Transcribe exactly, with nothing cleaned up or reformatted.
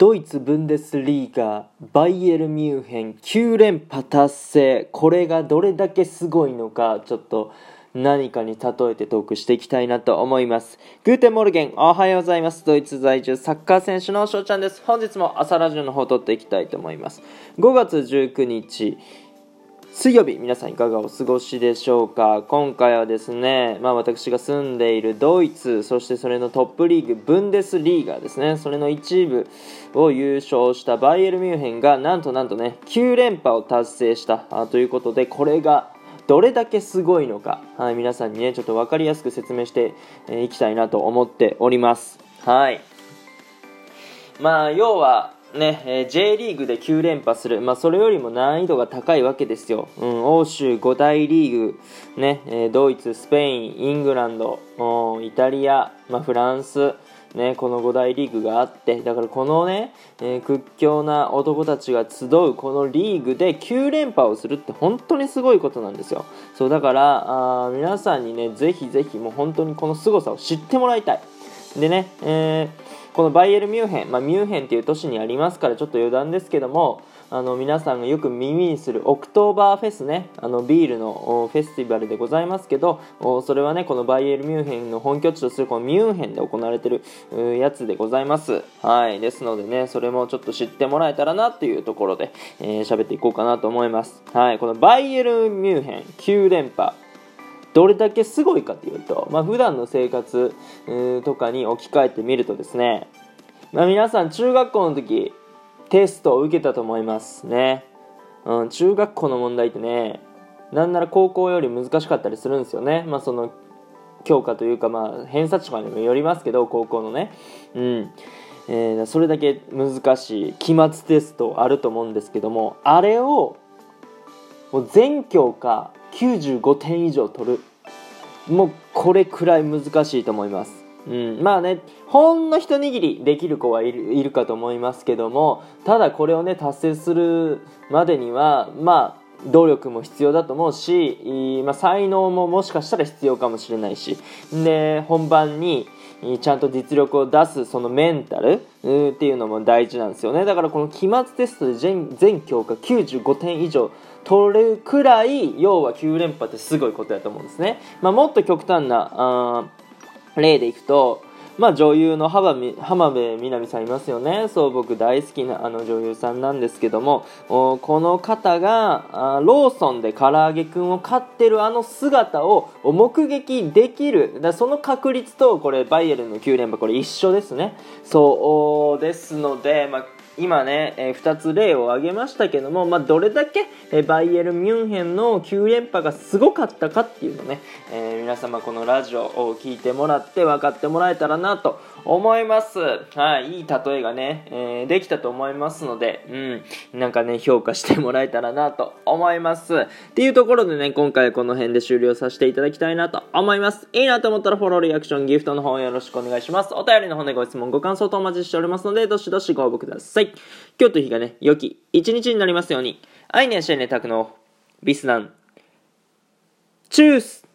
ドイツブンデスリーガバイエルミュンヘンきゅう連覇達成、これがどれだけすごいのか、ちょっと何かに例えてトークしていきたいなと思います。グーテンモルゲン、おはようございます。ドイツ在住サッカー選手の翔ちゃんです。本日も朝ラジオの方を撮っていきたいと思います。ごがつじゅうくにち水曜日、皆さんいかがお過ごしでしょうか。今回はですね、まあ、私が住んでいるドイツ、そしてそれのトップリーグブンデスリーガですね、それの一部を優勝したバイエルミュンヘンがなんとなんとねきゅう連覇を達成したあということで、これがどれだけすごいのか、はい、皆さんにねちょっと分かりやすく説明してい、えー、きたいなと思っております。はい、まあ要はね、えー、J リーグできゅう連覇する、まあ、それよりも難易度が高いわけですよ、うん、欧州ご大リーグ、ねえー、ドイツ、スペイン、イングランド、イタリア、まあ、フランス、ね、このご大リーグがあって、だからこのね、えー、屈強な男たちが集うこのリーグできゅう連覇をするって本当にすごいことなんですよ。そうだからあ皆さんにねぜひぜひもう本当にこの凄さを知ってもらいたい。でね、えーこのバイエルミュンヘン、まあ、ミュンヘンっていう都市にありますからちょっと余談ですけども、あの皆さんがよく耳にするオクトーバーフェスね、あのビールのフェスティバルでございますけど、それはねこのバイエルミュンヘンの本拠地とするこのミュンヘンで行われているやつでございます。はい、ですのでねそれもちょっと知ってもらえたらなというところで喋、えー、っていこうかなと思います。はい、このバイエルミュンヘンきゅう連覇どれだけすごいかというと、まあ、普段の生活とかに置き換えてみるとですね、まあ、皆さん中学校の時テストを受けたと思いますね、うん、中学校の問題ってねなんなら高校より難しかったりするんですよね。まあその教科というか、まあ偏差値とかにもよりますけど高校のね、うんえー、それだけ難しい期末テストあると思うんですけども、あれをもう全教科きゅうじゅうごてん以上取る、もうこれくらい難しいと思います。うん、まあねほんの一握りできる子はいる、いるかと思いますけども、ただこれをね達成するまでにはまあ努力も必要だと思うし、まあ、才能ももしかしたら必要かもしれないし、で本番にちゃんと実力を出すそのメンタルっていうのも大事なんですよね。だからこの期末テストで全, 全教科きゅうじゅうごてん以上取るくらい、要はきゅう連覇ってすごいことだと思うんですね。まあ、もっと極端なあ例でいくと、まあ、女優の浜辺美波さんいますよね。そう僕大好きなあの女優さんなんですけども、この方がローソンで唐揚げくんを買ってるあの姿を目撃できる、だその確率とこれバイエルンのきゅう連覇これ一緒ですね。そうですので、まあ今ね、えー、ふたつ例を挙げましたけども、まあ、どれだけ、えー、バイエルミュンヘンのきゅう連覇がすごかったかっていうのね、えー、皆様このラジオを聞いてもらって分かってもらえたらなと思います。はい、いい例えがね、えー、できたと思いますので、うん、なんかね評価してもらえたらなと思いますっていうところでね、今回はこの辺で終了させていただきたいなと思います。いいなと思ったらフォロー、リアクション、ギフトの方よろしくお願いします。お便りの方でご質問ご感想とお待ちしておりますので、どしどしご応募ください。今日と日がね良き一日になりますように。アイネンシェンネタクのビスナンチュース。